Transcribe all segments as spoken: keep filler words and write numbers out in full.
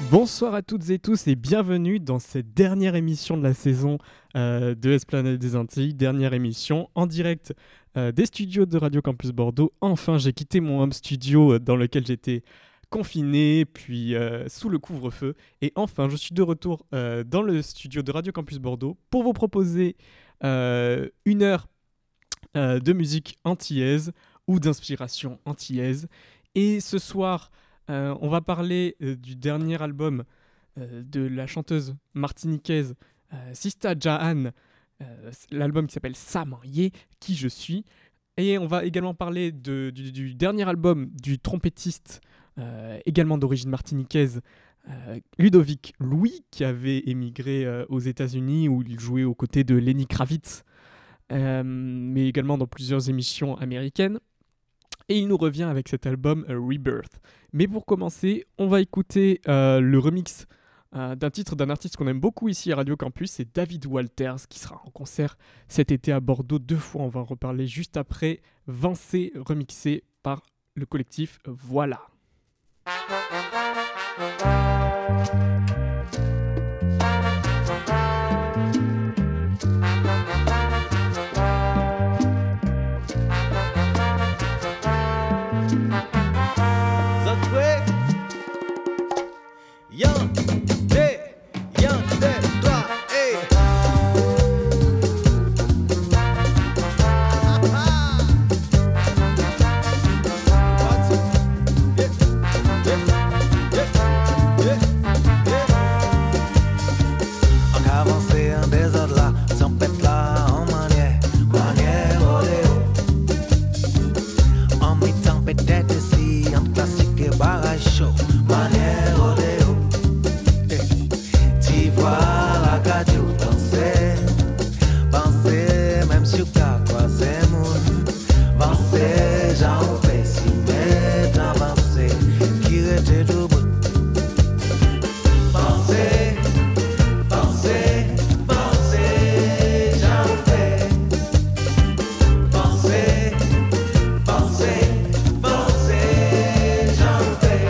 Bonsoir à toutes et tous et bienvenue dans cette dernière émission de la saison euh, de Esplanade des Antilles, dernière émission en direct euh, des studios de Radio Campus Bordeaux. Enfin, j'ai quitté mon home studio euh, dans lequel j'étais confiné, puis euh, sous le couvre-feu. Et enfin, je suis de retour euh, dans le studio de Radio Campus Bordeaux pour vous proposer euh, une heure euh, de musique antillaise ou d'inspiration antillaise. Et ce soir... Euh, on va parler euh, du dernier album euh, de la chanteuse martiniquaise euh, Sista Jahan, euh, l'album qui s'appelle Samanye, qui je suis. Et on va également parler de, du, du dernier album du trompettiste, euh, également d'origine martiniquaise, euh, Ludovic Louis, qui avait émigré euh, aux États-Unis où il jouait aux côtés de Lenny Kravitz, euh, mais également dans plusieurs émissions américaines. Et il nous revient avec cet album euh, Rebirth. Mais pour commencer, on va écouter euh, le remix euh, d'un titre d'un artiste qu'on aime beaucoup ici à Radio Campus, c'est David Walters, qui sera en concert cet été à Bordeaux deux fois. On va en reparler juste après. Vancé, remixé par le collectif Voilà. Young, hey, young, hey, toi, hey. What? Yeah, yeah, yeah, yeah, yeah. On avance en désordre là, sans pète là, en manière, manière rodéo. En mi-temps peut-être ici, en classique et barrage chaud, manière rodéo. Voilà, radio, danser, penser, même si t'as croisé mon avancer, j'en fais si m'être avancé, qui était debout. Penser, penser, penser, j'en fais. Penser, penser, penser, j'en fais.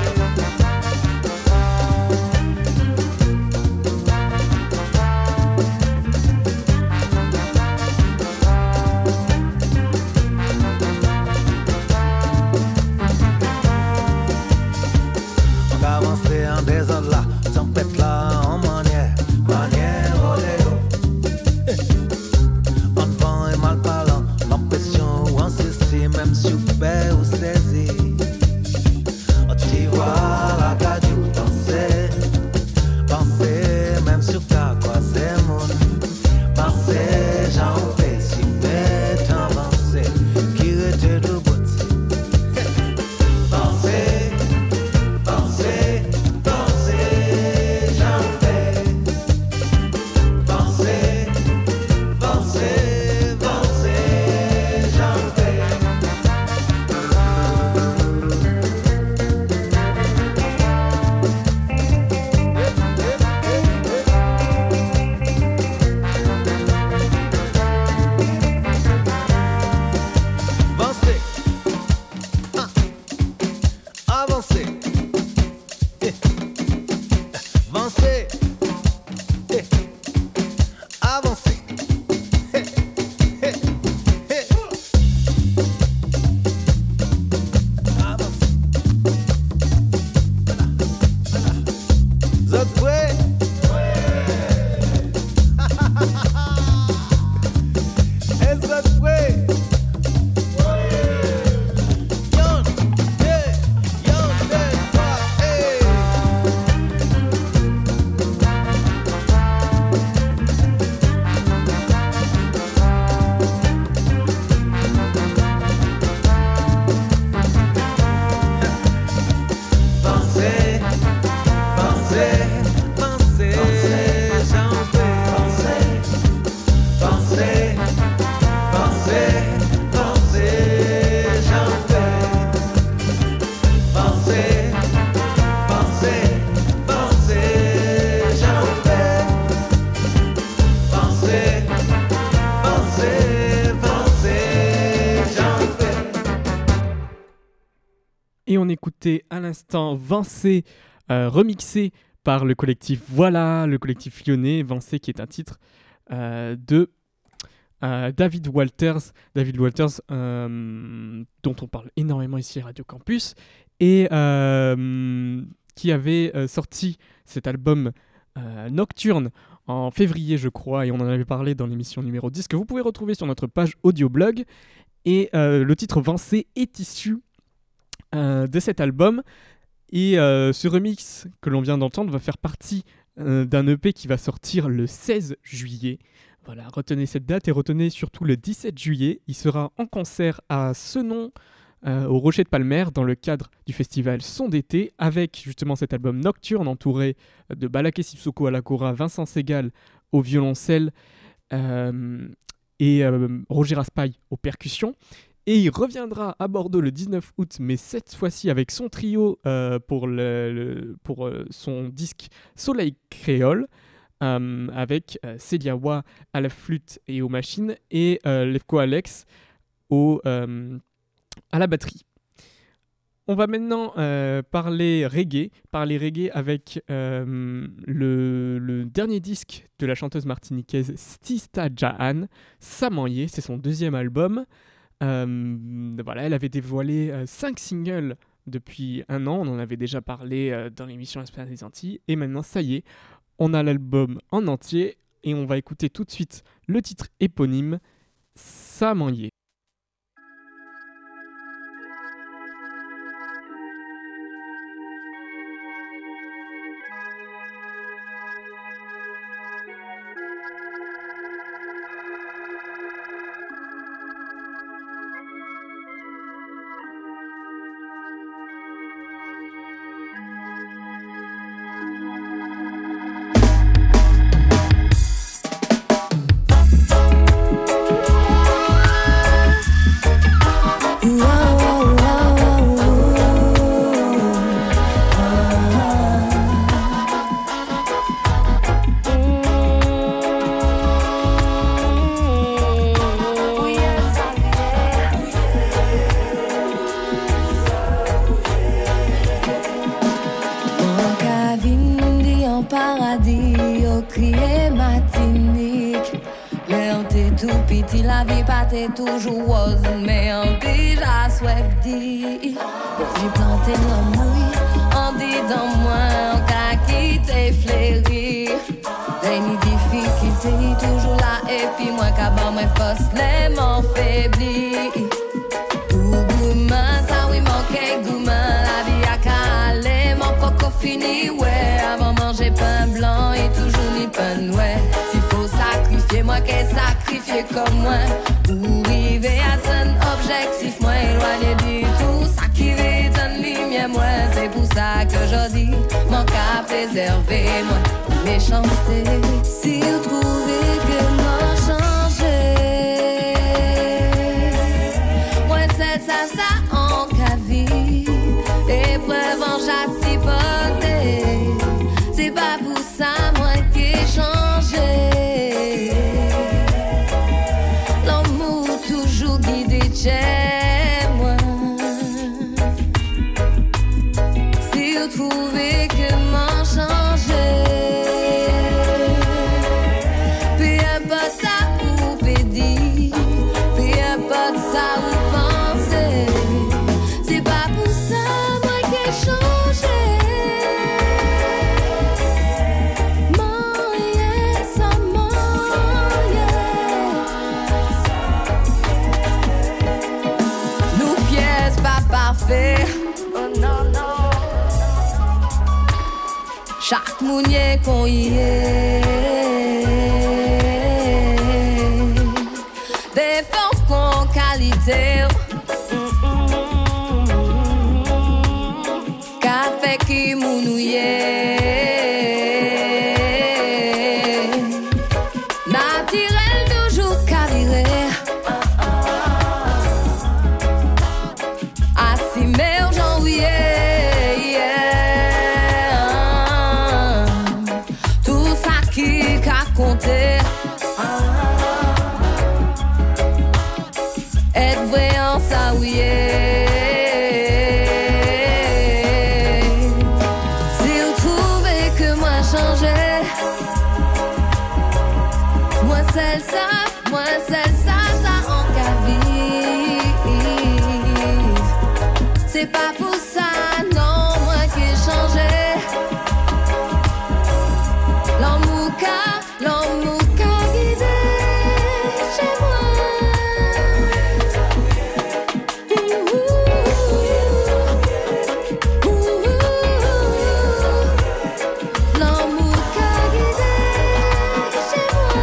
Et on écoutait à l'instant Vancé, euh, remixé par le collectif Voilà, le collectif lyonnais, Vancé, qui est un titre euh, de euh, David Walters, David Walters euh, dont on parle énormément ici à Radio Campus, et euh, qui avait euh, sorti cet album euh, Nocturne en février, je crois, et on en avait parlé dans l'émission numéro dix, que vous pouvez retrouver sur notre page audioblog. Et euh, le titre Vancé est issu euh, de cet album. Et euh, ce remix que l'on vient d'entendre va faire partie euh, d'un E P qui va sortir le seize juillet. Voilà, retenez cette date et retenez surtout le dix-sept juillet. Il sera en concert à Senon, euh, au Rocher de Palmer, dans le cadre du festival Son d'été, avec justement cet album Nocturne, entouré de Balaké Sissoko à la kora, Vincent Segal au violoncelle euh, et euh, Roger Raspail aux percussions. Et il reviendra à Bordeaux le dix-neuf août, mais cette fois-ci avec son trio euh, pour, le, le, pour euh, son disque Soleil Créole, euh, avec euh, Célia Wa à la flûte et aux machines, et euh, Levko Alex au, euh, à la batterie. On va maintenant euh, parler reggae, parler reggae avec euh, le, le dernier disque de la chanteuse martiniquaise Stista Jahan, Samanye, c'est son deuxième album. Euh, voilà, elle avait dévoilé euh, cinq singles depuis un an, on en avait déjà parlé euh, dans l'émission Esplanade des Antilles, et maintenant ça y est, on a l'album en entier, et on va écouter tout de suite le titre éponyme, Samanye. Toujours rose, mais on déjà soif dit. J'ai planté l'amour, on dit dans moi, on qu'a quitté fléri. Any difficulté, toujours là, et puis moi, qu'à moi, force, les m'en faiblit. Gouma, ça oui, manquait gouma, la vie a calé, mon coco fini, ouais. Avant manger pain blanc et toujours ni pain ouais. S'il faut sacrifier, moi, qu'est sacrifier comme moi. Pour arriver à ton objectif, moi éloigné du tout. Ça qui veut donne lumière, moi c'est pour ça que je dis mon cas préservé, moi méchanceté. Si vous trouvez que moi changé, moi c'est ça, ça en cas vie. Épreuve en châssis porté, c'est pas pour ça moi qui ai changé. Chez moi, si vous trouvez que m'en changer, peu importe ça ou pédit, peu importe ça ou penser, c'est pas pour ça moi qui ai changé. Mon yes, oh mon yes. Parfait, oh non, non. Chaque mounier qu'on y est, des forces qu'on qualité, café qui mounouye, naturel toujours carré. Tout ça qui ça, moi seul ça, ça en cavie. C'est pas pour ça, non, moi qui ai changé. L'amour qu'a, l'amour qu'a guidé chez moi. L'amour qu'a guidé chez moi.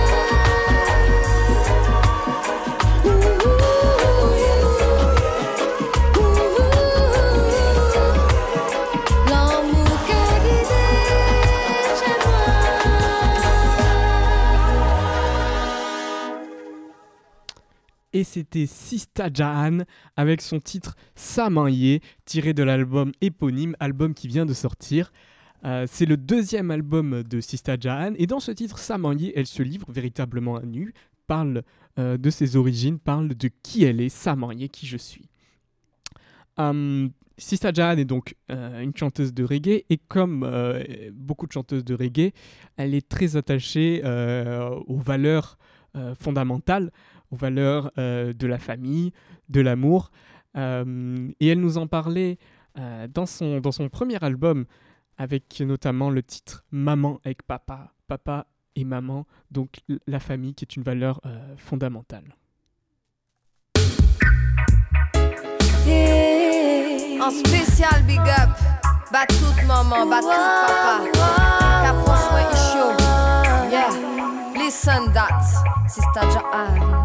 L'amour qu'a guidé chez moi. Et c'était Sista Jahan avec son titre Samanye, tiré de l'album éponyme, album qui vient de sortir. Euh, c'est le deuxième album de Sista Jahan, et dans ce titre Samanye, elle se livre véritablement à nu, parle euh, de ses origines, parle de qui elle est, Samanye, qui je suis. Euh, Sista Jahan est donc euh, une chanteuse de reggae, et comme euh, beaucoup de chanteuses de reggae, elle est très attachée euh, aux valeurs euh, fondamentales, aux valeurs euh, de la famille, de l'amour. Euh, et elle nous en parlait euh, dans, son, dans son premier album, avec notamment le titre Maman avec Papa, Papa et Maman, donc l- la famille qui est une valeur euh, fondamentale. En spécial big up, bat toute maman, bat tout papa. Qu'a prend soin chaud. Yeah, listen that, Sista Jahan.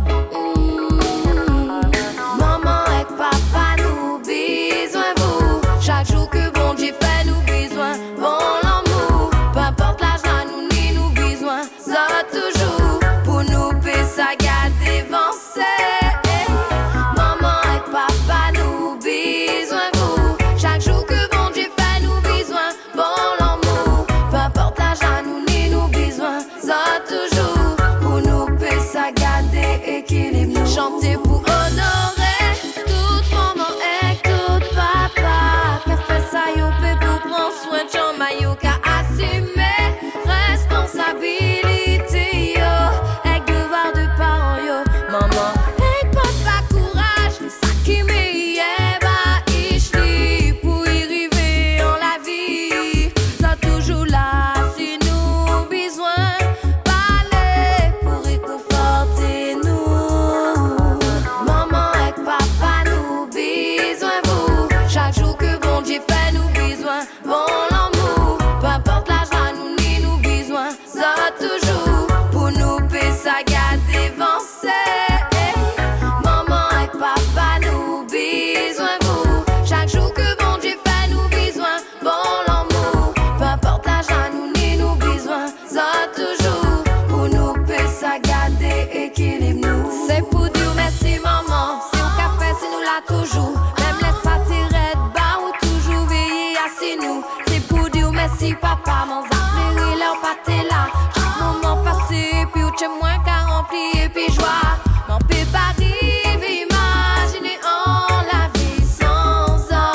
Maman et papa nous besoin vous. Chaque jour que bon Dieu fait nous besoin. Bon l'amour, peu importe l'argent nous ni nous besoin. Ça toujours pour nous payer ça garder avancer. Maman et papa nous besoin vous. Chaque jour que bon Dieu fait nous besoin. Bon l'amour, peu importe l'argent nous ni nous besoin. Ça toujours pour nous payer ça garder équilibre. Chanter pour honorer toute maman et tout papa. Qu'a fait ça yo pe pour prendre soin de ton maillot. Qu'a assumé responsabilité yo. Avec devoir de parents yo. Maman et papa courage. Ça qui me bah ici pour y arriver en la vie. Ça toujours là si nous besoin. Parler pour réconforter nous. Maman et papa nous besoin vous. Chaque jour que bon Dieu fait nous besoin. Bon l'amour, peu importe l'argent nous ni nous besoin. Ça toujours pour nous payer ça garder avancer. Maman et papa nous besoin vous. Chaque jour que bon Dieu fait nous besoin. Bon l'amour, peu importe l'argent nous ni nous besoin. Ça toujours pour nous payer ça garder équilibre nous. C'est pour dire merci maman. Si on qu'a fait si nous l'a toujours. Même les satirés de bas ou toujours veiller à si nous. C'est pour dire merci papa. Mon affaire leur pâté là. Chaque moment passé puis où tu moins qu'à remplir et puis joie. M'en peut pas arriver imaginer en la vie sans ça.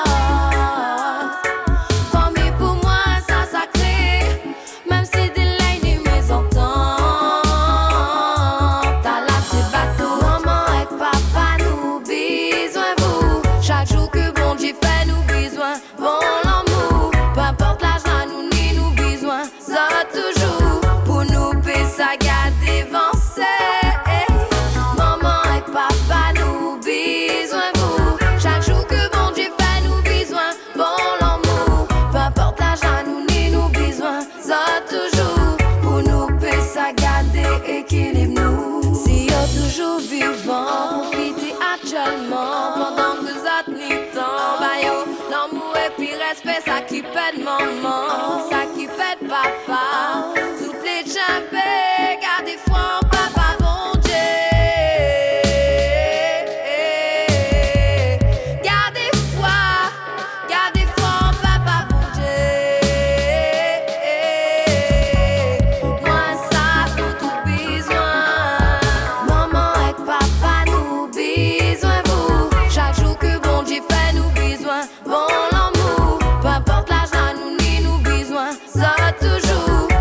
Famille pour moi ça sacré. Même si des lignes mes ententes. T'as là ces bateaux. Maman et papa nous besoin vous. Chaque jour que bon Dieu fait nous besoin. Bon l'amour, peu importe l'argent nous ni nous besoin. Ça toujours pour nous payer ça garder avancer. Maman et papa nous besoin vous. Chaque jour que bon Dieu fait nous besoin. Bon l'amour, peu importe l'argent nous ni nous besoin. Ça toujours pour nous payer ça garder équilibre nous. Si y'a toujours vivant, profitez actuellement pendant que vous êtes mi-temps. Bah yo, l'amour et puis respect ça qui pète maman, ça qui pète papa. Souple et jambé, gardez foi en papa bon Dieu. Gardez foi, gardez foi en papa bon Dieu. Moi ça pour tout besoin. Maman et papa nous besoin vous. Chaque jour que bon Dieu fait nous besoin. Bon l'amour, peu importe l'argent nous ni nous besoin. Ça toujours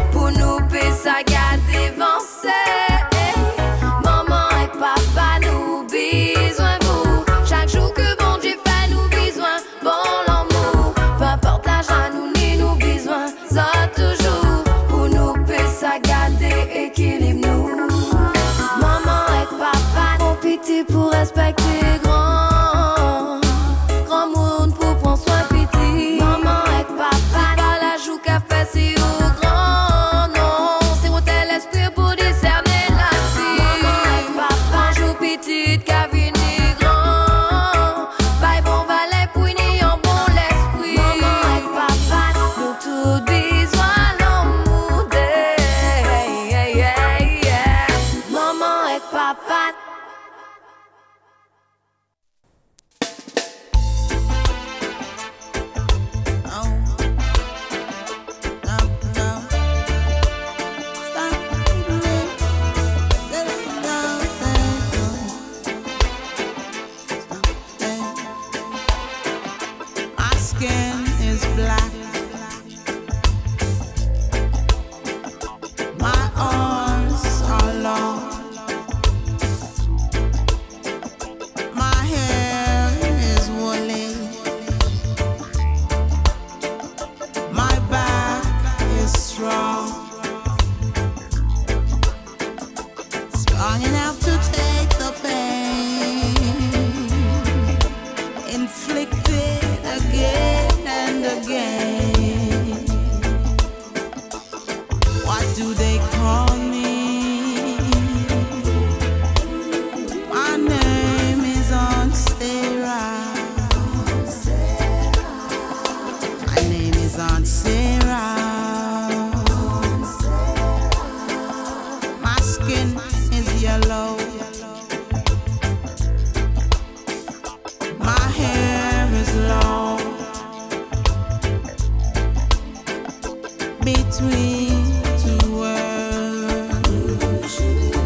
between two worlds.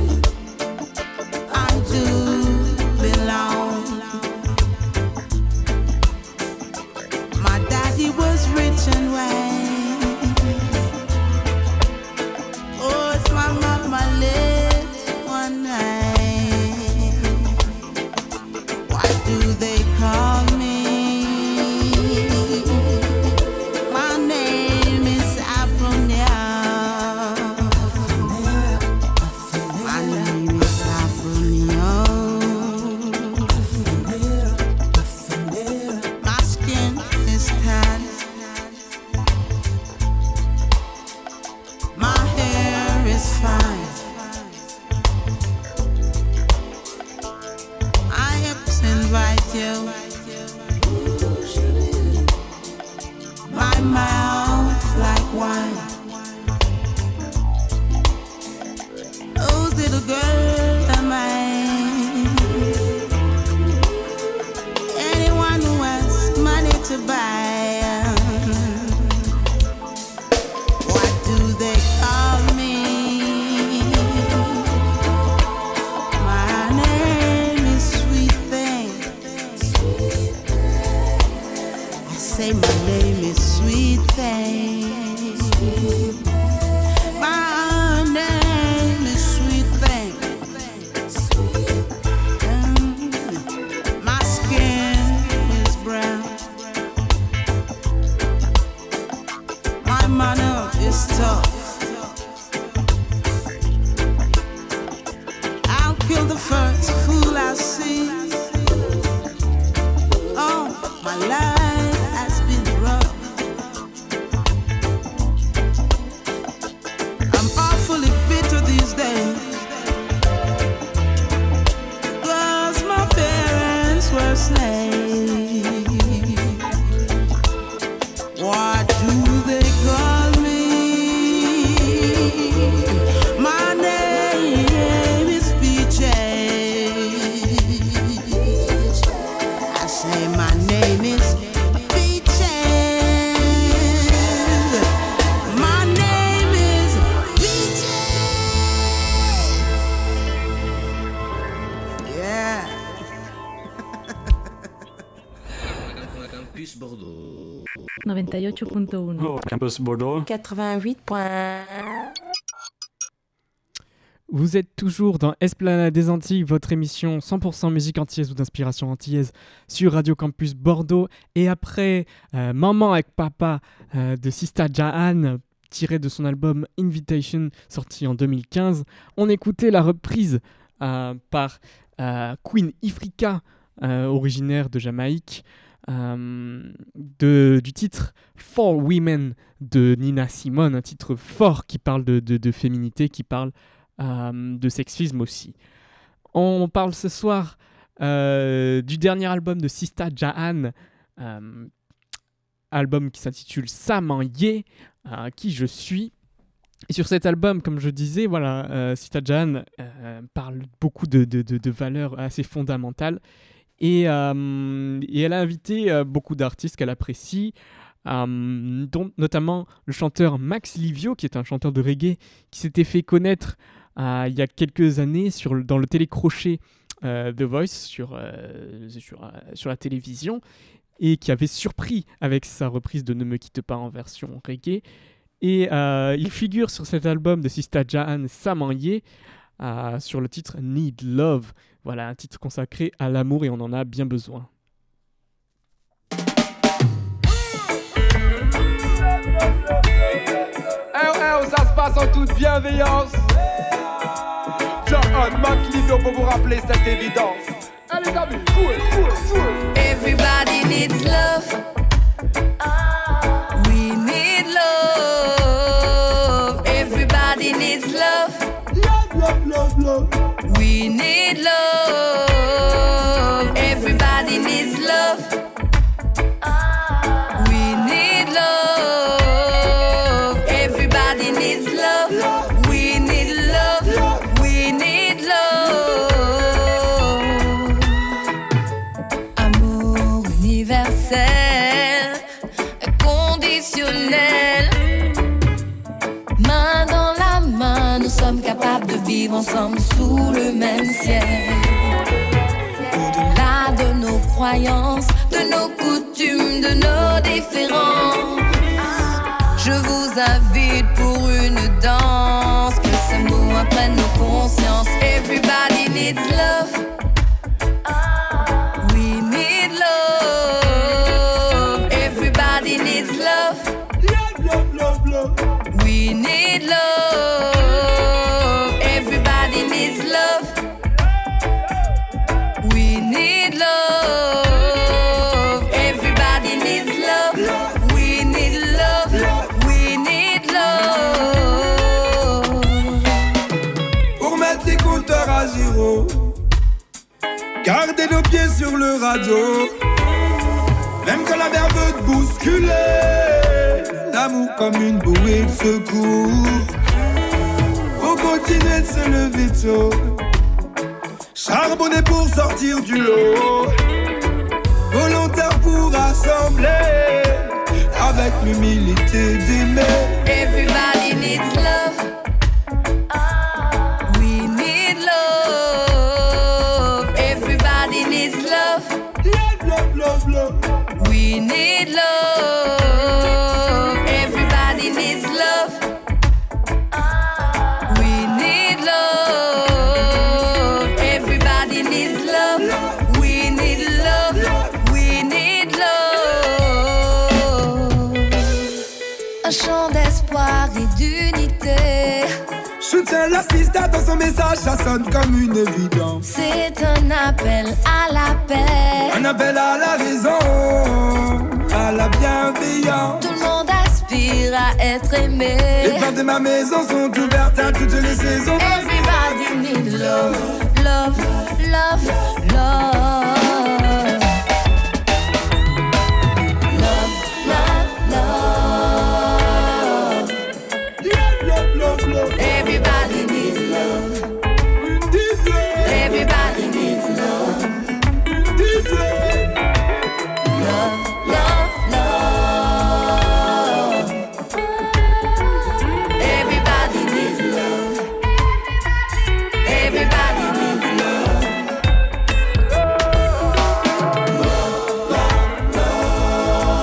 I do belong. My daddy was rich and white. Oh, it's my mama lived one night. Why do they call me? My name is Aphonia. My name is Aphonia. My skin is tan. My hair is fine. I hips invite you. My mouth like wine. Whose little girl am I? Anyone who has money to buy. What do they call me? My name is Sweet Thing. I say my name is Sweet Thing. My name is Sweet Thing. Mm. My skin is brown. My manner is tough. I'll kill the first fool I see. Oh, my life has been rough. I'm awfully bitter these days. 'Cause my parents were slaves. What do they call me? My name is Peaches. I say my name is Peaches. My name is Peaches. Yeah. Campus Bordeaux. noventa y ocho punto uno. Campus Bordeaux. quatre-vingt-huit point un. Vous êtes toujours dans Esplanade des Antilles, votre émission cent pour cent musique antillaise ou d'inspiration antillaise sur Radio Campus Bordeaux. Et après euh, Maman avec Papa euh, de Sista Jahan, tiré de son album Invitation, sorti en deux mille quinze, on écoutait la reprise euh, par euh, Queen Ifrica, euh, originaire de Jamaïque, euh, de, du titre For Women de Nina Simone, un titre fort qui parle de, de, de féminité, qui parle Euh, de sexisme aussi. On parle ce soir euh, du dernier album de Sista Jahan, euh, album qui s'intitule Samanye, euh, qui je suis. Et sur cet album, comme je disais, voilà, euh, Sista Jahan euh, parle beaucoup de, de, de, de valeurs assez fondamentales et, euh, et elle a invité euh, beaucoup d'artistes qu'elle apprécie. Euh, dont notamment le chanteur Max Livio, qui est un chanteur de reggae qui s'était fait connaître euh, il y a quelques années sur, dans le télécrochet euh, The Voice sur, euh, sur, euh, sur la télévision et qui avait surpris avec sa reprise de Ne me quitte pas en version reggae. Et euh, il figure sur cet album de Sista Jahan Samanye euh, sur le titre Need Love. Voilà, un titre consacré à l'amour et on en a bien besoin. Eh oh, eh oh, ça se passe en toute bienveillance. John Max Livio pour vous rappeler cette évidence. Allez les amis, cool, cool, cool. Everybody needs love. We need love. Everybody needs love. Love, love, love, love. We need love. Everybody needs love. We need love. Everybody needs love. We need love. We need love. Amour universel, conditionnel. vivre ensemble sous le même ciel. Au-delà de nos croyances, de nos coutumes, de nos différences, je vous invite pour une danse, que ces mots apprennent nos consciences. Everybody needs love. We need love. Everybody needs love. Love, love, love, love. We need love. Everybody needs love. We need love. Everybody needs love. We need love. We need love. Pour mettre les compteurs à zéro, garder nos pieds sur le radeau. Même quand la mer veut te bousculer, l'amour comme une bouée de secours. Faut continuer de se lever tôt, charbonner pour sortir du lot, volontaire pour rassembler, avec l'humilité d'aimer. Everybody needs love. We need love. Everybody needs love. Love, love, love, love. We need love. Everybody needs love. We need love. Everybody needs love. We need love. We need love. Un chant d'espoir et d'unité. Soutiens la sista dans son message, ça sonne comme une évidence. C'est un appel à la paix. Un appel à la raison, à la bienveillance. Tout le monde aspire à être aimé. Les portes de ma maison sont ouvertes à toutes les saisons. Everybody need love, love, love, love. Love, love, love. Love, love, love, love. Everybody needs love. This way, Everybody needs love. this way. Love, love, love. Everybody needs love. Everybody needs love.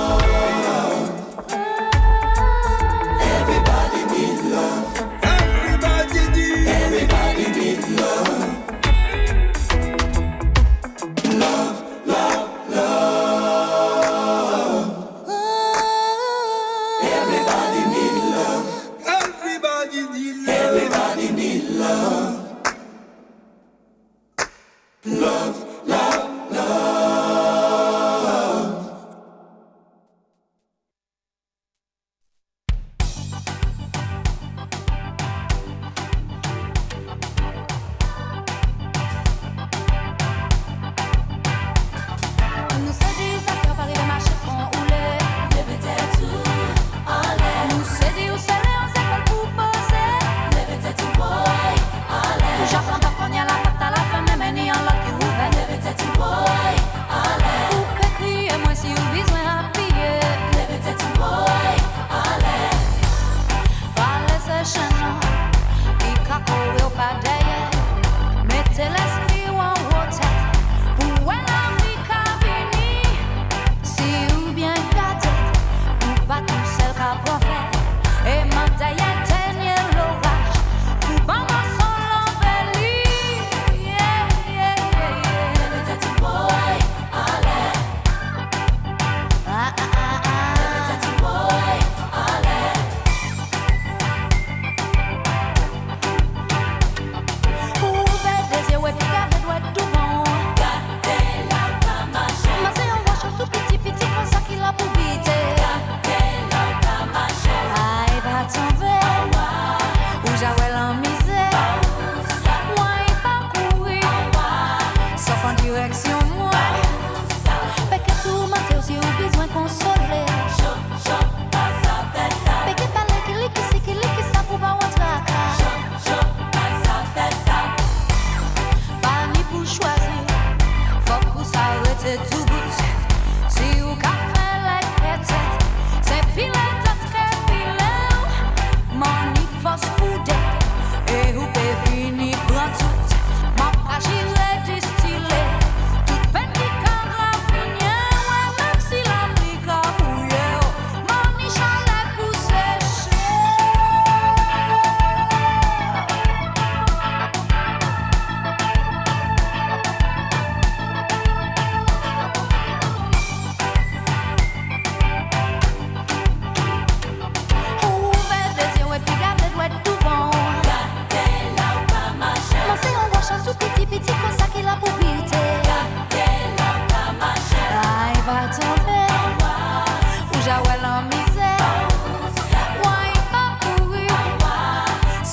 Love, love, love. Everybody needs love.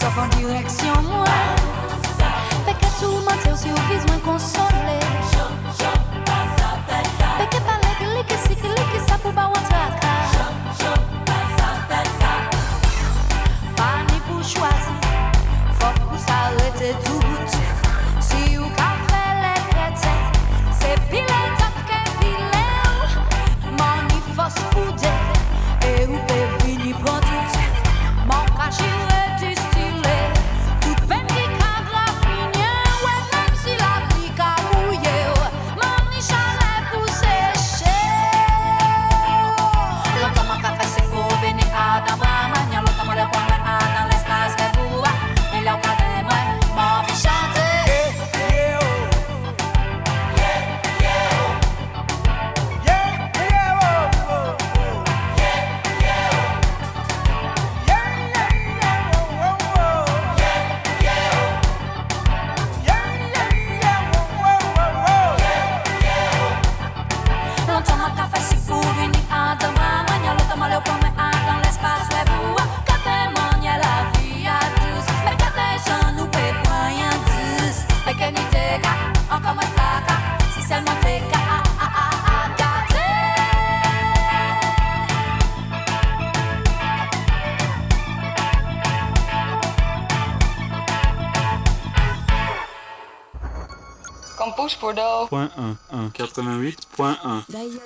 sauf en direction moi. Fait que tout mentir si vous besoin consoler. Fait que parler que les que c'est que les que ça pour pas rentrer. Pas ni pour choisir, faut que vous s'arrêtez tout bout. Si vous café les chrétiens, c'est pile top que pile. Mon y faut se couder et vous pouvez finir prendre tout. Mon cachire du style, tout peine qui cagraphine. Ouais, même si la pluie a mouillé, mon y chalet pour sécher. Longtemps mon café c'est pour venir à dans ma manière. Longtemps mon le point à dans l'espace de vous. Et là on a des moi, mon vie chanter. Campus Bordeaux. Point un, un, quatre-vingt-huit point un.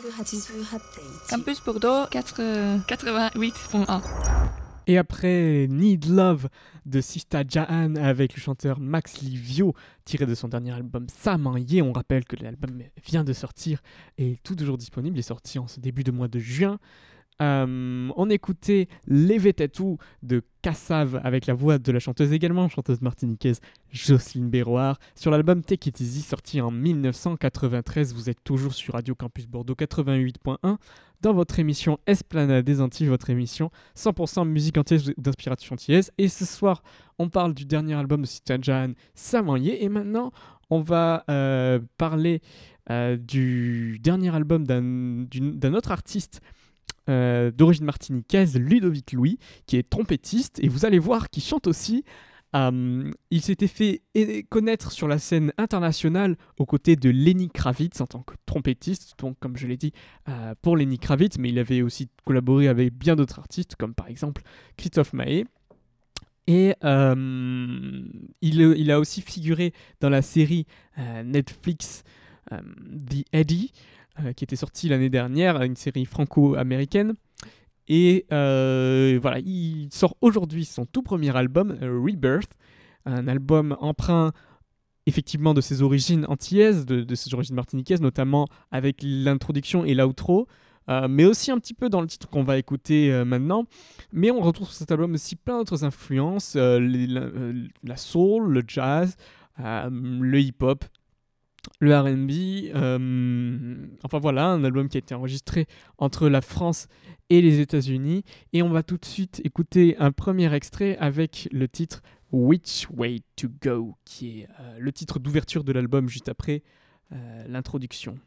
Campus Bordeaux, quatre-vingt-huit point un. Et après Need Love de Sista Jahan avec le chanteur Max Livio, tiré de son dernier album Samanye. On rappelle que l'album vient de sortir et est tout toujours disponible. Il est sorti en ce début de mois de juin. Euh, on écoutait Levé Tatou de Kassav avec la voix de la chanteuse également, chanteuse martiniquaise Jocelyne Béroard, sur l'album Take It Easy sorti en dix-neuf cent quatre-vingt-treize. Vous êtes toujours sur Radio Campus Bordeaux quatre-vingt-huit point un dans votre émission Esplanade des Antilles, votre émission cent pour cent musique antillaise ou d'inspiration antillaise. Et ce soir, on parle du dernier album de Sista Jahan, Samanye. Et maintenant, on va euh, parler euh, du dernier album d'un, d'un autre artiste Euh, d'origine martiniquaise, Ludovic Louis, qui est trompettiste, et vous allez voir qu'il chante aussi. Euh, il s'était fait connaître sur la scène internationale aux côtés de Lenny Kravitz en tant que trompettiste, donc comme je l'ai dit, euh, pour Lenny Kravitz, mais il avait aussi collaboré avec bien d'autres artistes, comme par exemple Christophe Maé. Et euh, il, il a aussi figuré dans la série euh, Netflix euh, The Eddie, Euh, qui était sorti l'année dernière, une série franco-américaine. Et euh, voilà, il sort aujourd'hui son tout premier album, Rebirth, un album emprunt effectivement de ses origines antillaises, de, de ses origines martiniquaises, notamment avec l'introduction et l'outro, euh, mais aussi un petit peu dans le titre qu'on va écouter euh, maintenant. Mais on retrouve sur cet album aussi plein d'autres influences, euh, les, la, euh, la soul, le jazz, euh, le hip-hop, le R and B, euh, enfin voilà, un album qui a été enregistré entre la France et les États-Unis. Et on va tout de suite écouter un premier extrait avec le titre Which Way to Go, qui est euh, le titre d'ouverture de l'album juste après euh, l'introduction.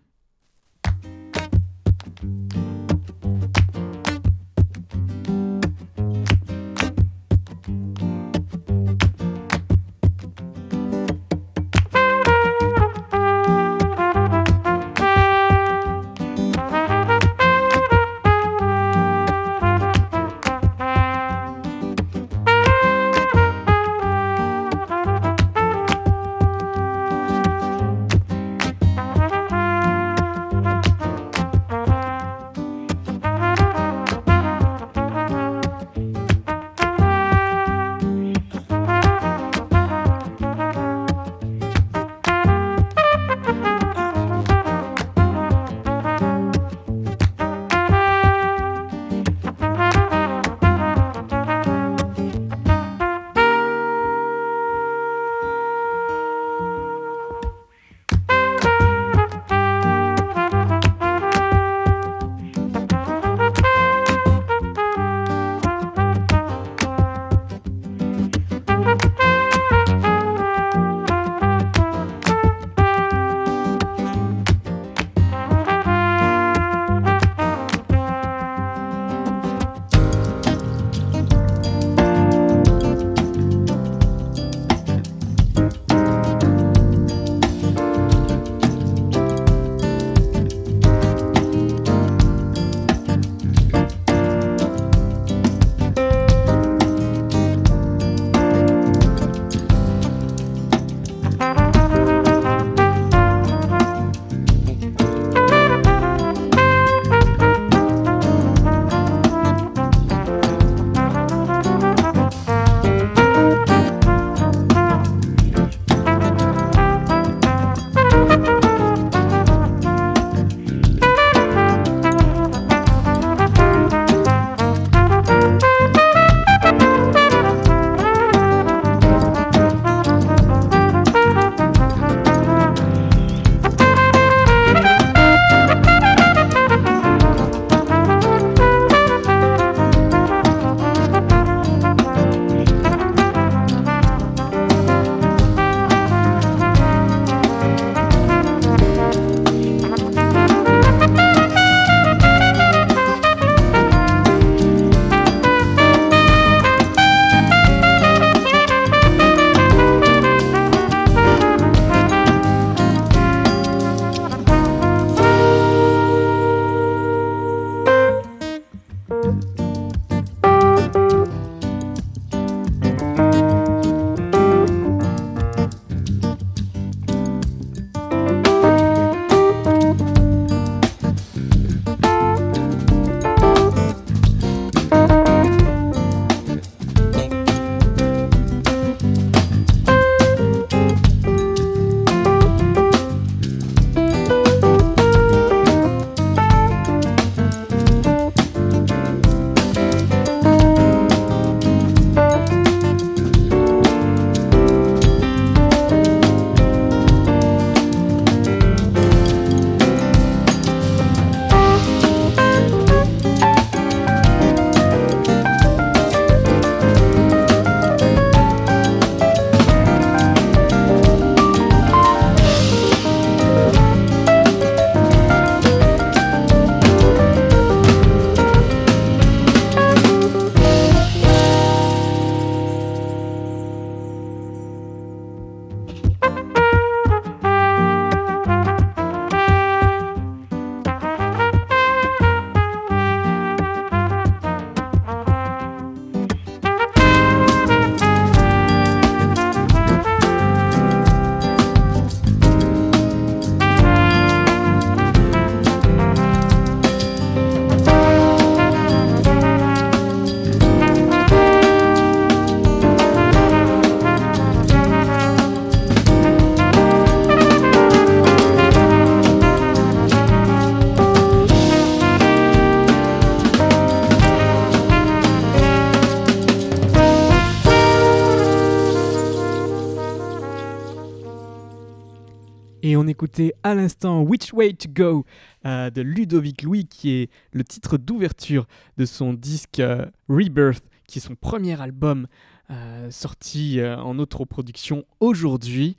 Et on écoutait à l'instant Which Way to Go euh, de Ludovic Louis, qui est le titre d'ouverture de son disque euh, Rebirth, qui est son premier album euh, sorti euh, en autoproduction aujourd'hui.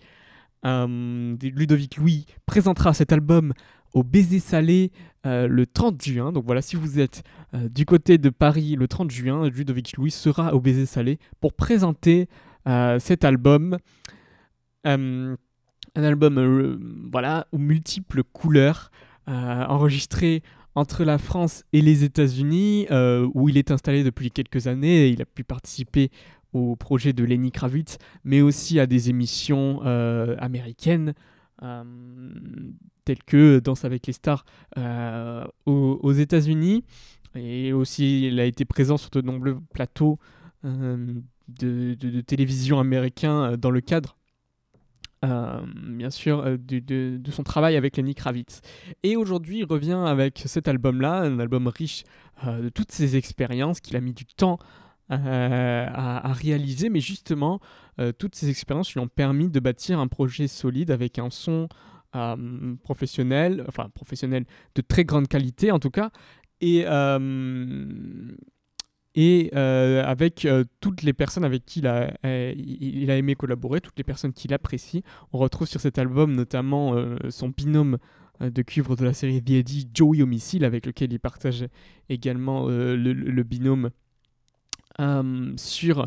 Euh, Ludovic Louis présentera cet album au Baiser Salé euh, le trente juin. Donc voilà, si vous êtes euh, du côté de Paris le trente juin, Ludovic Louis sera au Baiser Salé pour présenter euh, cet album. Euh, un album euh, voilà, aux multiples couleurs, euh, enregistré entre la France et les États-Unis, euh, où il est installé depuis quelques années. Et il a pu participer au projet de Lenny Kravitz, mais aussi à des émissions euh, américaines, euh, telles que Danse avec les stars euh, aux, aux États-Unis. Et aussi, il a été présent sur de nombreux plateaux euh, de, de, de télévision américains dans le cadre Euh, bien sûr, euh, de, de, de son travail avec Lenny Kravitz. Et aujourd'hui, il revient avec cet album-là, un album riche euh, de toutes ses expériences qu'il a mis du temps euh, à, à réaliser, mais justement, euh, toutes ces expériences lui ont permis de bâtir un projet solide avec un son euh, professionnel, enfin professionnel de très grande qualité en tout cas, et euh, Et euh, avec euh, toutes les personnes avec qui il a, euh, il a aimé collaborer, toutes les personnes qu'il apprécie. On retrouve sur cet album notamment euh, son binôme euh, de cuivre de la série The Eddie, Joey Homicile, avec lequel il partage également euh, le, le binôme euh, sur,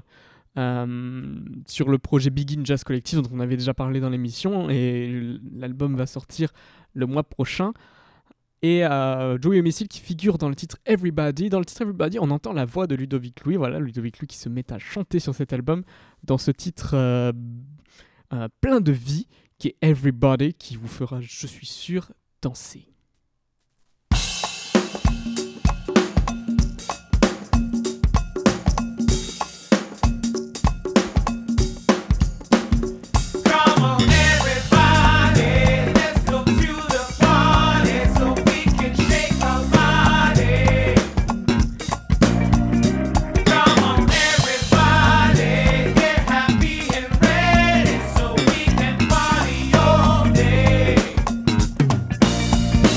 euh, sur le projet Begin Jazz Collective, dont on avait déjà parlé dans l'émission. Et l'album va sortir le mois prochain. Et euh, Joey Homicile qui figure dans le titre Everybody. Dans le titre Everybody, on entend la voix de Ludovic Louis. Voilà, Ludovic Louis qui se met à chanter sur cet album dans ce titre euh, euh, plein de vie qui est Everybody, qui vous fera, je suis sûr, danser. Everybody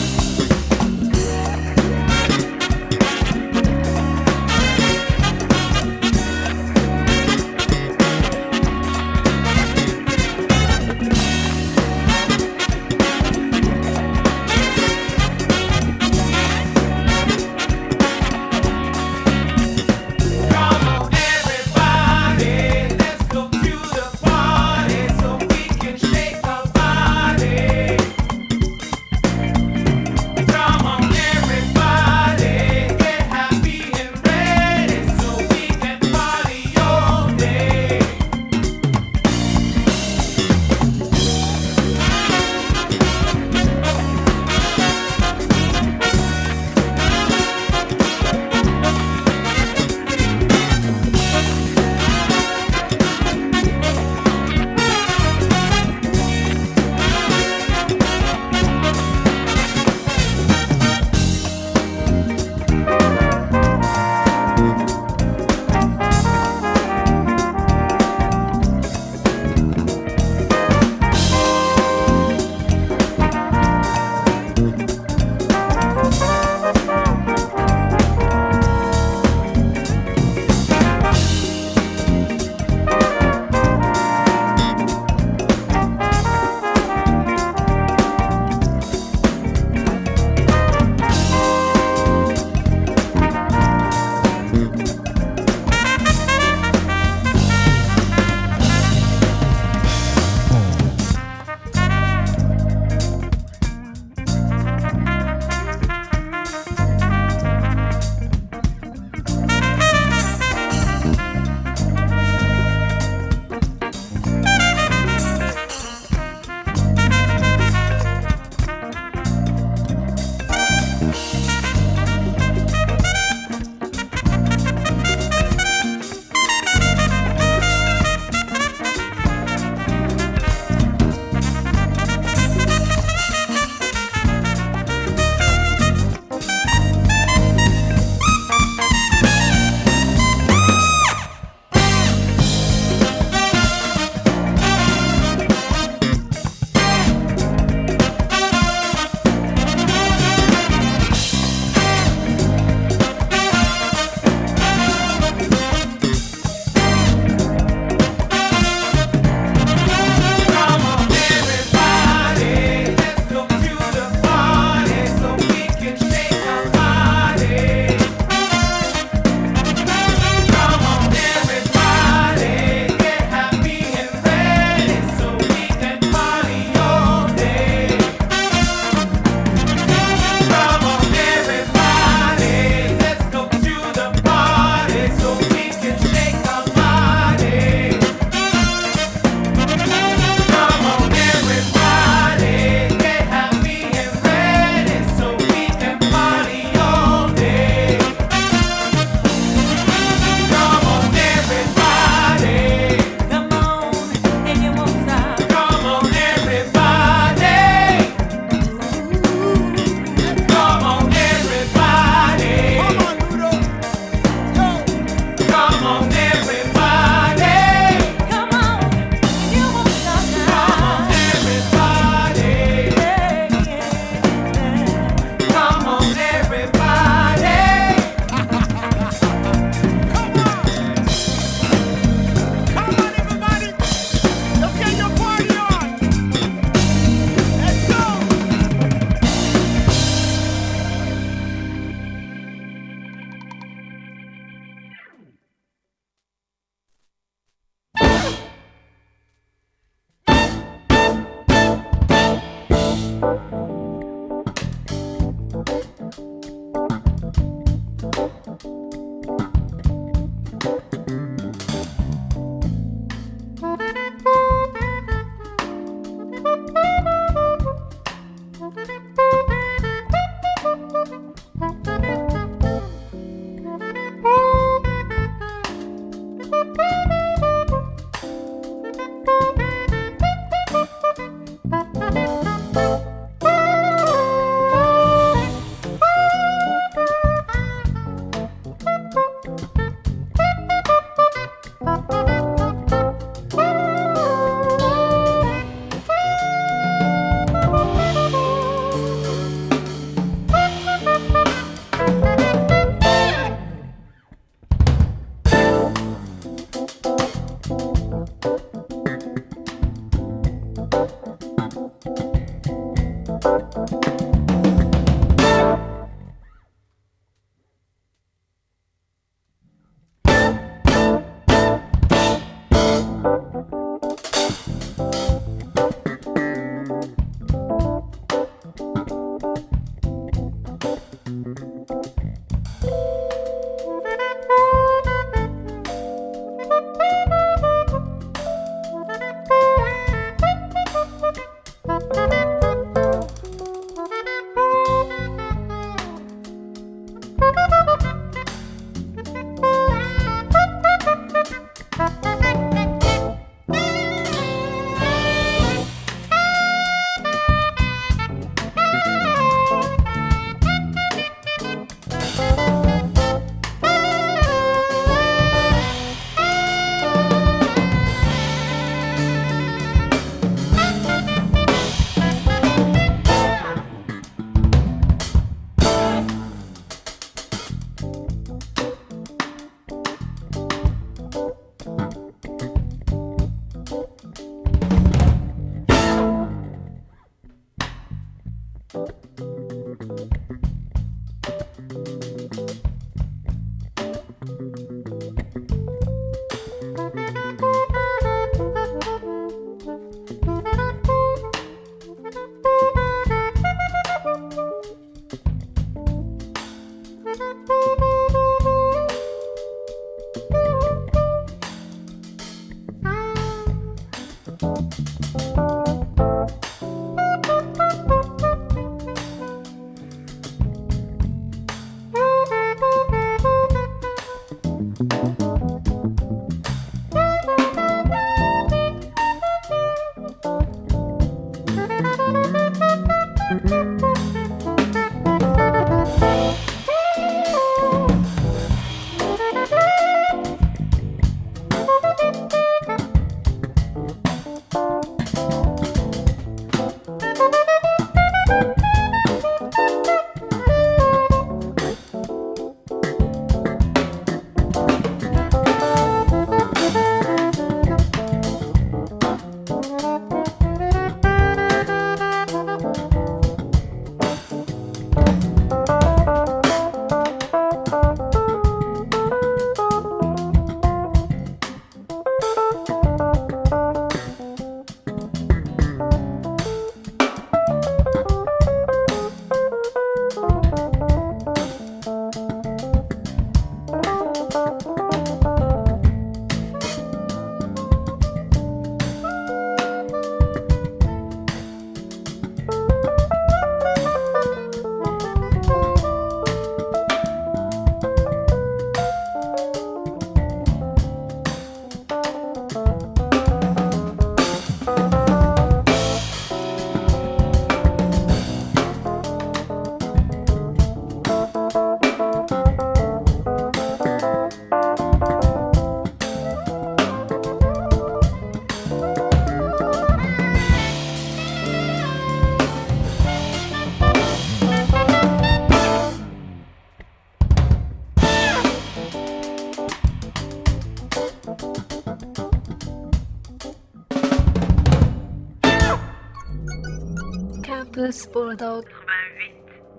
Campus Bordeaux quatre-vingt-huit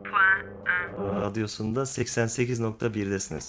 point un Radyosunda seksen sekiz nokta birdesiniz.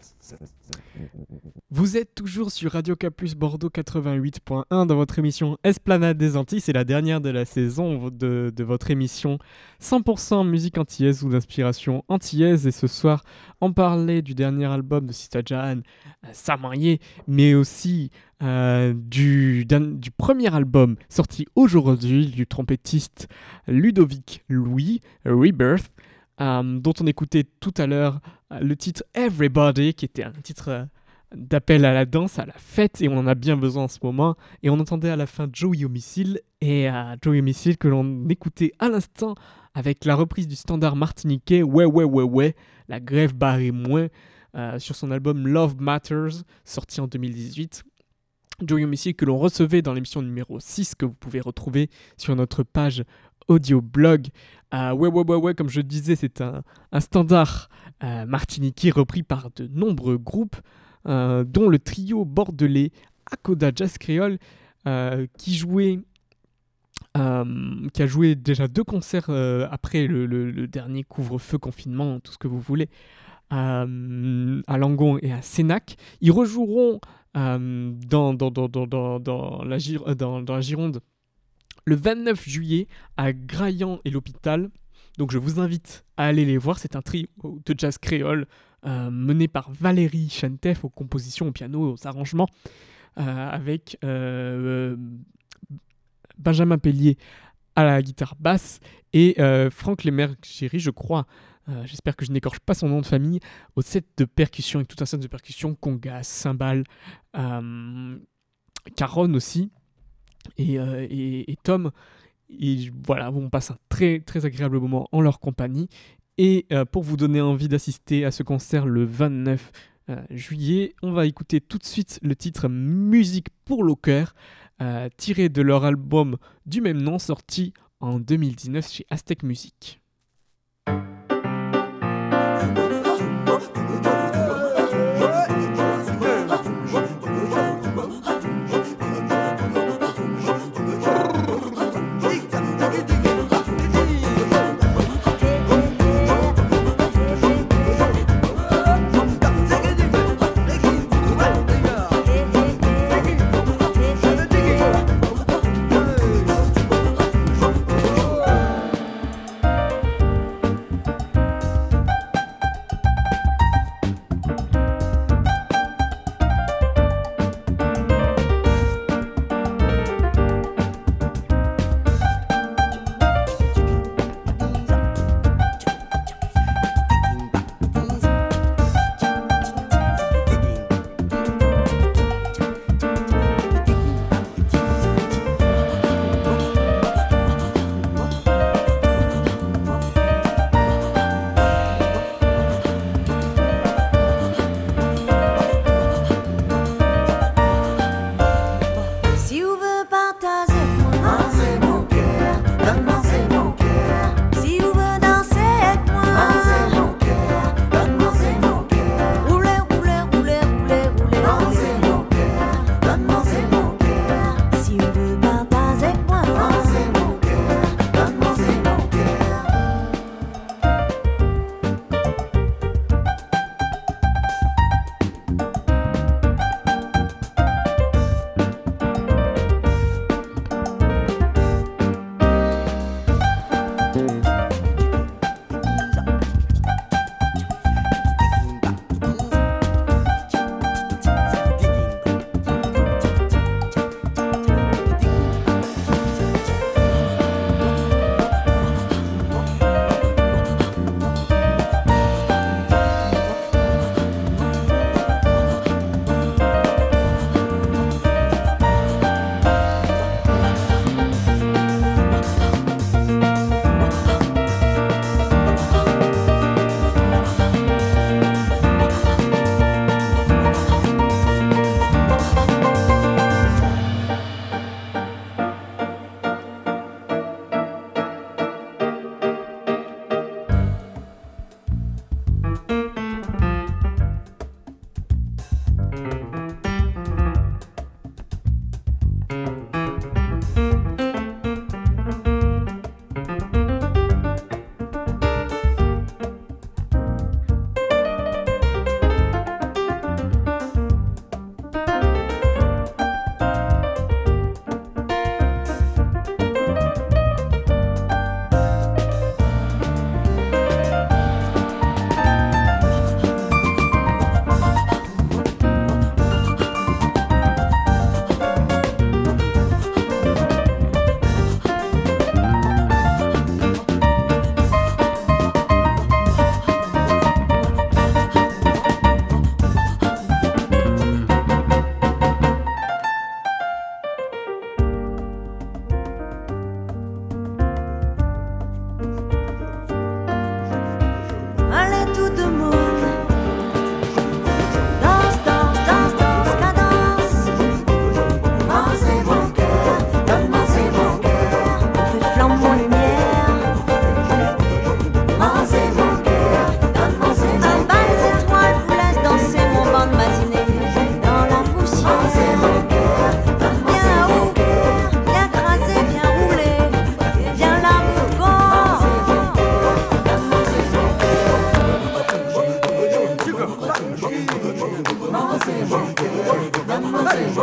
Vous êtes toujours sur Radio Campus Bordeaux quatre-vingt-huit point un dans votre émission Esplanade des Antilles. C'est la dernière de la saison de, de votre émission cent pour cent musique antillaise ou d'inspiration antillaise. Et ce soir, on parlait du dernier album de Sista Jahan, Samarié, mais aussi euh, du, du premier album sorti aujourd'hui du trompettiste Ludovic Louis, Rebirth, euh, dont on écoutait tout à l'heure euh, le titre Everybody, qui était un titre... Euh, d'appel à la danse, à la fête, et on en a bien besoin en ce moment. Et on entendait à la fin Joey Homicile, et euh, Joey Homicile que l'on écoutait à l'instant avec la reprise du standard martiniquais Ouais Ouais Ouais Ouais, la grève barrée moins, euh, sur son album Love Matters, sorti en deux mille dix-huit. Joey Homicile que l'on recevait dans l'émission numéro six, que vous pouvez retrouver sur notre page audio-blog. Euh, ouais Ouais Ouais Ouais, comme je disais, c'est un, un standard euh, martiniquais repris par de nombreux groupes, Euh, dont le trio bordelais Akoda Jazz Creole, euh, qui jouait, euh, qui a joué déjà deux concerts euh, après le, le, le dernier couvre-feu, confinement, tout ce que vous voulez, euh, à Langon et à Sénac. Ils rejoueront euh, dans, dans, dans, dans, dans, dans, la Gir- dans, dans la Gironde le vingt-neuf juillet à Graillan et l'Hôpital. Donc je vous invite à aller les voir. C'est un trio de jazz créole Euh, mené par Valérie Chantef aux compositions, au piano et aux arrangements. euh, avec euh, Benjamin Pellier à la guitare basse et euh, Franck Lemergeri, je crois, euh, j'espère que je n'écorche pas son nom de famille, au set de percussion, avec tout un set de percussion, congas, cymbales, euh, caronne aussi, et, euh, et, et Tom. Et voilà, on passe un très, très agréable moment en leur compagnie. Et euh, pour vous donner envie d'assister à ce concert le vingt-neuf euh, juillet, on va écouter tout de suite le titre Musique pour le cœur, euh, tiré de leur album du même nom, sorti en deux mille dix-neuf chez Aztec Music. Thank you.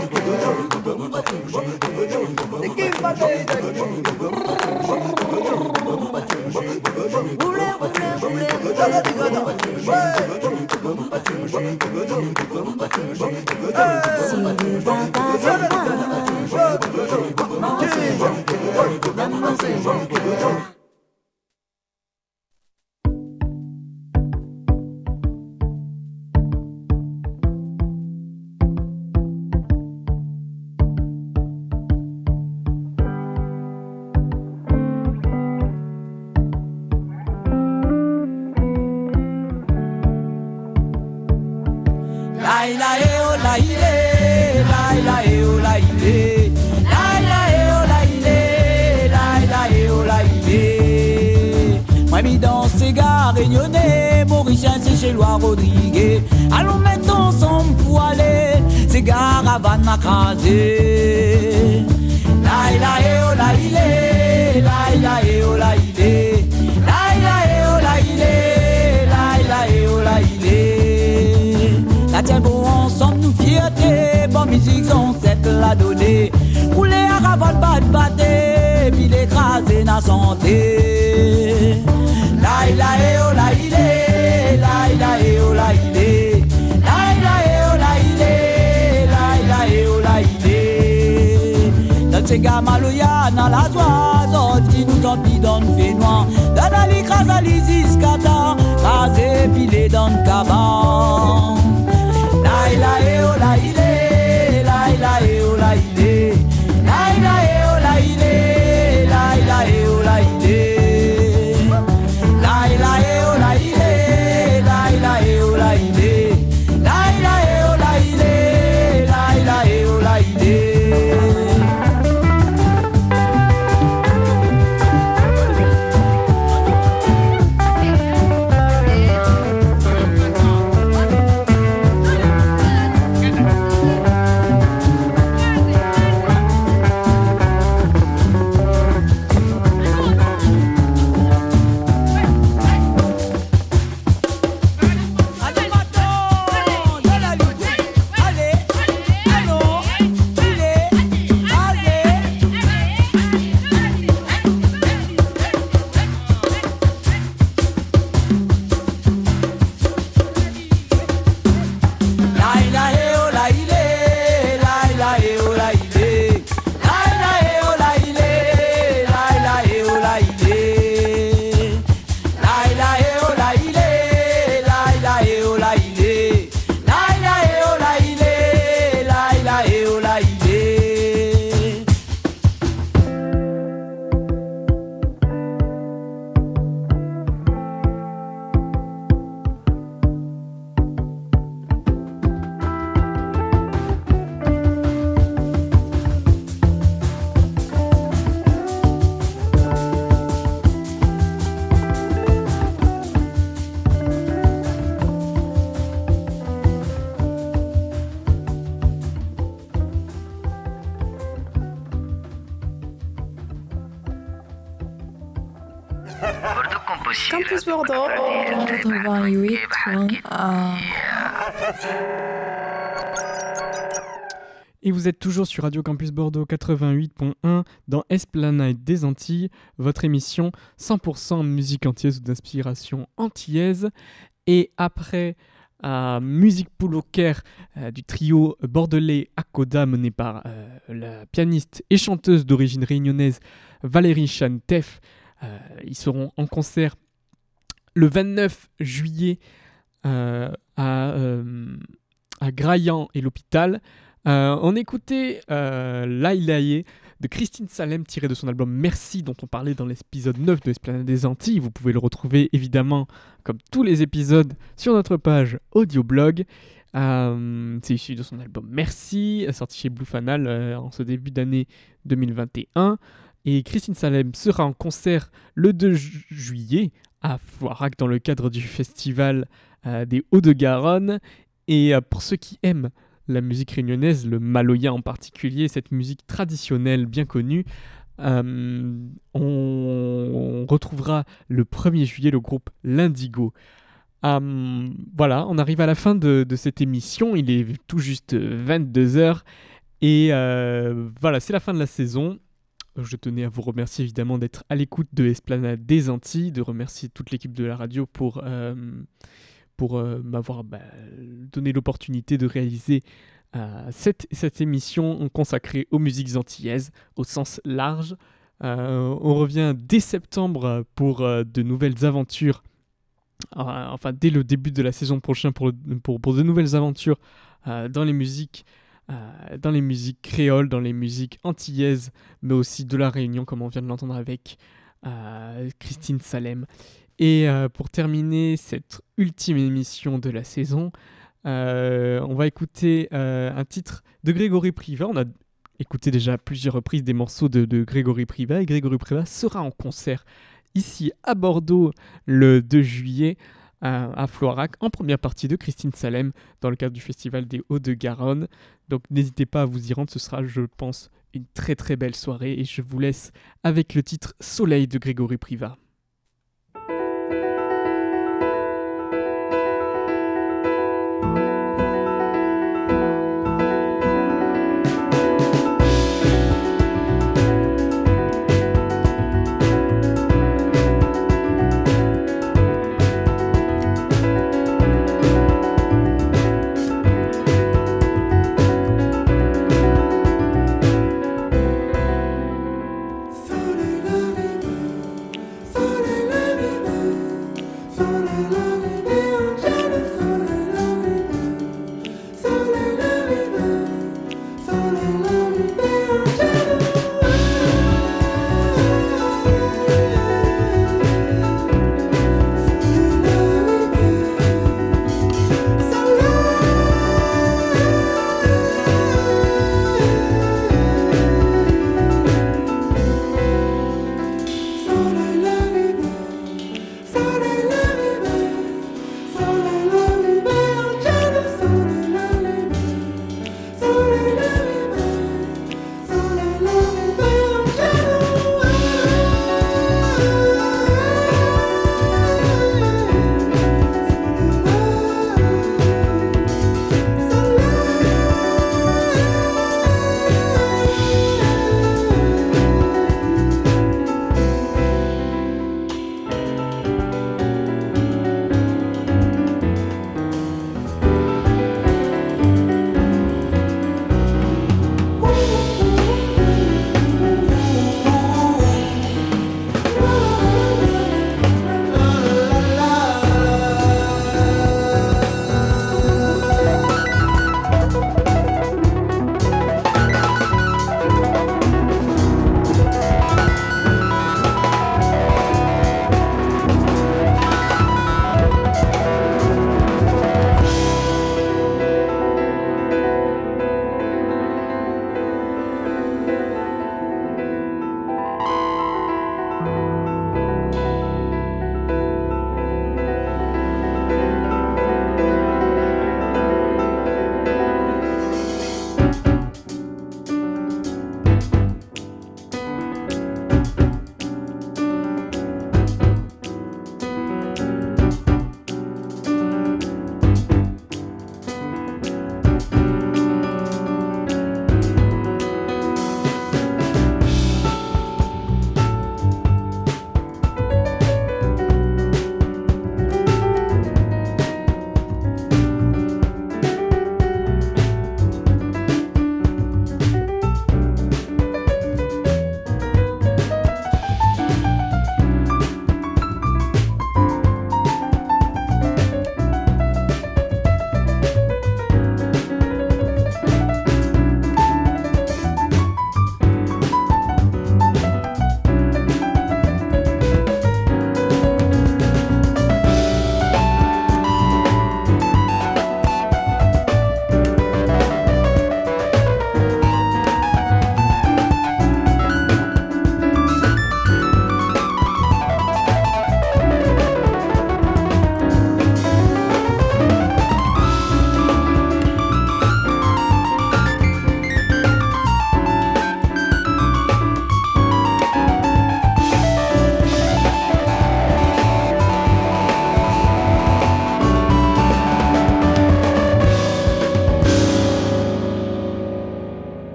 Rodriguez, allons mettre ensemble pour aller, ces caravanes m'acraser. La la eh oh la il est, la la eh oh la il est, la la eh oh la il est, la la eh oh la il est. La tiens bon ensemble nous fierté, bon musique sans cette la donner. Rouler à caravane bat batté, puis l'écraser na santé. La la eh oh la il est, la la eh oh la il est, la la eh oh la il est, la la eh oh la il est. Dans ces gamaloya na la joie, autres qui nous ont mis dans le fait noir. Dans la l'écrase à l'isiskata, rasé pilé dans le caban. La la eh oh la il est, la la eh oh la il est, la la eh oh la il est, la la eh oh la il est. Campus Bordeaux quatre-vingt-huit point un. Et vous êtes toujours sur Radio Campus Bordeaux quatre-vingt-huit point un dans Esplanade des Antilles, votre émission cent pour cent musique antillaise ou d'inspiration antillaise. Et après euh, Musique Poule au Caire euh, du trio bordelais Akoda mené par euh, la pianiste et chanteuse d'origine réunionnaise Valérie Chantef, euh, ils seront en concert le vingt-neuf juillet euh, à, euh, à Graillan et l'Hôpital. Euh, on écoutait euh, Laïlaïe de Christine Salem tiré de son album Merci dont on parlait dans l'épisode neuf de Esplanade des Antilles. Vous pouvez le retrouver évidemment comme tous les épisodes sur notre page audioblog. Euh, c'est issu de son album Merci, sorti chez Blue Fanal euh, en ce début d'année deux mille vingt et un. Et Christine Salem sera en concert le deux juillet à Floirac dans le cadre du festival euh, des Hauts-de-Garonne. Et euh, pour ceux qui aiment la musique réunionnaise, le maloya en particulier, cette musique traditionnelle bien connue, euh, on, on retrouvera le premier juillet le groupe L'Indigo. Euh, voilà, on arrive à la fin de, de cette émission, il est tout juste vingt-deux heures Et euh, voilà, c'est la fin de la saison. Je tenais à vous remercier évidemment d'être à l'écoute de Esplanade des Antilles, de remercier toute l'équipe de la radio pour, euh, pour euh, m'avoir bah, donné l'opportunité de réaliser euh, cette, cette émission consacrée aux musiques antillaises au sens large. Euh, on revient dès septembre pour euh, de nouvelles aventures, euh, enfin dès le début de la saison prochaine pour, pour, pour de nouvelles aventures euh, dans les musiques Euh, dans les musiques créoles, dans les musiques antillaises, mais aussi de la Réunion, comme on vient de l'entendre avec euh, Christine Salem. Et euh, pour terminer cette ultime émission de la saison, euh, on va écouter euh, un titre de Grégory Privat. On a écouté déjà à plusieurs reprises des morceaux de, de Grégory Privat, et Grégory Privat sera en concert ici à Bordeaux le deux juillet, à Floirac, en première partie de Christine Salem, dans le cadre du Festival des Hauts-de-Garonne. Donc n'hésitez pas à vous y rendre, ce sera, je pense, une très très belle soirée. Et je vous laisse avec le titre Soleil de Grégory Privat. Soleil